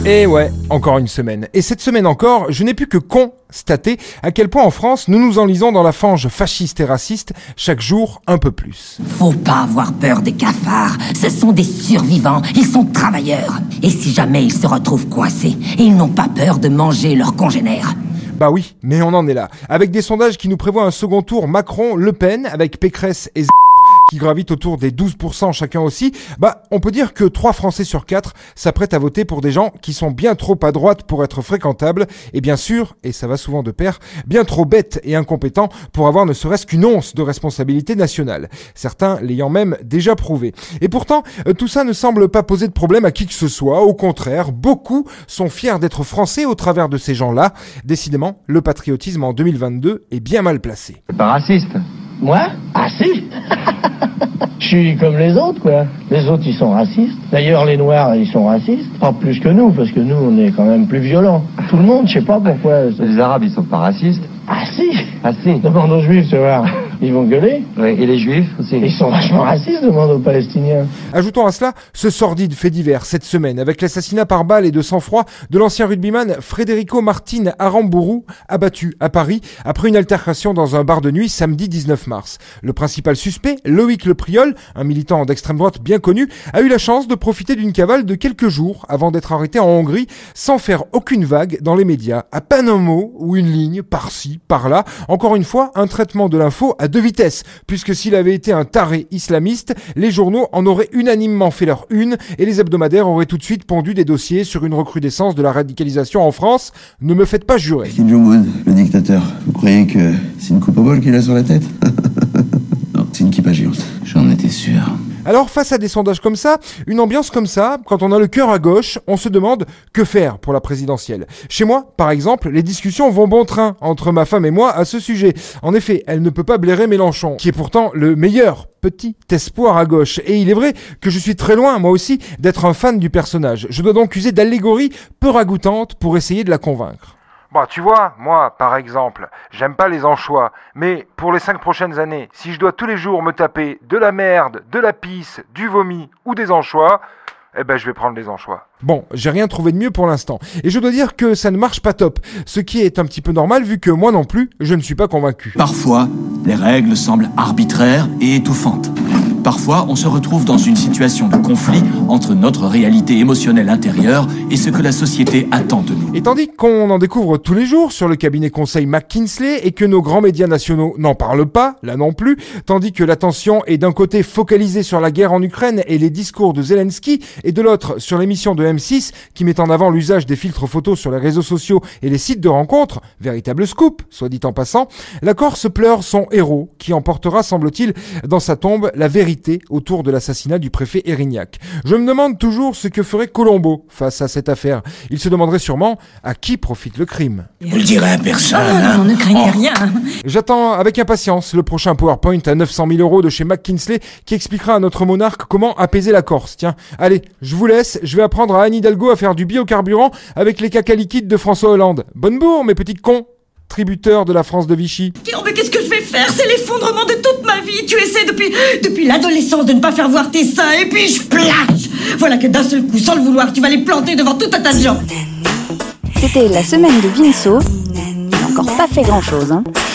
Et ouais, encore une semaine. Et cette semaine encore, je n'ai pu que constater à quel point en France, nous nous enlisons dans la fange fasciste et raciste chaque jour un peu plus. Faut pas avoir peur des cafards, ce sont des survivants, ils sont travailleurs. Et si jamais ils se retrouvent coincés, ils n'ont pas peur de manger leurs congénères. Bah oui, mais on en est là. Avec des sondages qui nous prévoient un second tour Macron-Le Pen, avec Pécresse et qui gravitent autour des 12% chacun aussi, bah on peut dire que 3 Français sur 4 s'apprêtent à voter pour des gens qui sont bien trop à droite pour être fréquentables, et bien sûr, et ça va souvent de pair, bien trop bêtes et incompétents pour avoir ne serait-ce qu'une once de responsabilité nationale. Certains l'ayant même déjà prouvé. Et pourtant, tout ça ne semble pas poser de problème à qui que ce soit. Au contraire, beaucoup sont fiers d'être français au travers de ces gens-là. Décidément, le patriotisme en 2022 est bien mal placé. C'est pas raciste. Moi? Ah si. Je suis comme les autres, quoi. Les autres, ils sont racistes. D'ailleurs, les Noirs, ils sont racistes. Pas plus que nous, parce que nous, on est quand même plus violents. Tout le monde, je sais pas pourquoi. Les Arabes, ils sont pas racistes. Ah si. Ah si. Demande aux Juifs, tu vois. Ils vont gueuler. Oui, et les Juifs aussi. Ils sont vachement racistes, demande aux Palestiniens. Ajoutons à cela ce sordide fait divers cette semaine avec l'assassinat par balle et de sang-froid de l'ancien rugbyman Federico Martin Aramburu, abattu à Paris après une altercation dans un bar de nuit samedi 19 mars. Le principal suspect, Loïc Le Priol, un militant d'extrême droite bien connu, a eu la chance de profiter d'une cavale de quelques jours avant d'être arrêté en Hongrie sans faire aucune vague dans les médias. À peine un mot ou une ligne par-ci, par-là. Encore une fois, un traitement de l'info à 2 vitesses, puisque s'il avait été un taré islamiste, les journaux en auraient unanimement fait leur une et les hebdomadaires auraient tout de suite pondu des dossiers sur une recrudescence de la radicalisation en France. Ne me faites pas jurer. Kim Jong-un, le dictateur, vous croyez que c'est une coupe au bol qu'il a sur la tête? Non, c'est une kippa géante. J'en étais sûr. Alors face à des sondages comme ça, une ambiance comme ça, quand on a le cœur à gauche, on se demande que faire pour la présidentielle. Chez moi, par exemple, les discussions vont bon train entre ma femme et moi à ce sujet. En effet, elle ne peut pas blairer Mélenchon, qui est pourtant le meilleur petit espoir à gauche. Et il est vrai que je suis très loin, moi aussi, d'être un fan du personnage. Je dois donc user d'allégories peu ragoûtantes pour essayer de la convaincre. Bon, tu vois, moi, par exemple, j'aime pas les anchois, mais pour les 5 prochaines années, si je dois tous les jours me taper de la merde, de la pisse, du vomi ou des anchois, eh ben je vais prendre les anchois. Bon, j'ai rien trouvé de mieux pour l'instant. Et je dois dire que ça ne marche pas top. Ce qui est un petit peu normal vu que moi non plus, je ne suis pas convaincu. Parfois, les règles semblent arbitraires et étouffantes. Parfois, on se retrouve dans une situation de conflit entre notre réalité émotionnelle intérieure et ce que la société attend de nous. Et tandis qu'on en découvre tous les jours sur le cabinet conseil McKinsey et que nos grands médias nationaux n'en parlent pas, là non plus, tandis que l'attention est d'un côté focalisée sur la guerre en Ukraine et les discours de Zelensky et de l'autre sur l'émission de M6 qui met en avant l'usage des filtres photos sur les réseaux sociaux et les sites de rencontres, véritable scoop, soit dit en passant, la Corse pleure son héros qui emportera, semble-t-il, dans sa tombe la vérité autour de l'assassinat du préfet Erignac. Je me demande toujours ce que ferait Colombo face à cette affaire. Il se demanderait sûrement à qui profite le crime. Vous le direz à personne. Non, ne craignez rien. J'attends avec impatience le prochain PowerPoint à 900 000 € de chez McKinsey qui expliquera à notre monarque comment apaiser la Corse. Tiens, allez, je vous laisse, je vais apprendre à Anne Hidalgo à faire du biocarburant avec les caca liquides de François Hollande. Bonne bourre, mes petits cons, tributeurs de la France de Vichy. Oh, mais qu'est-ce que je vais faire? C'est l'effondrement de toute ma vie. Tu essaies depuis l'adolescence de ne pas faire voir tes seins et puis je plage. Voilà que d'un seul coup, sans le vouloir, tu vas les planter devant tout un tas de gens. C'était la semaine de Vinceau. Il n'a encore pas fait grand-chose, hein.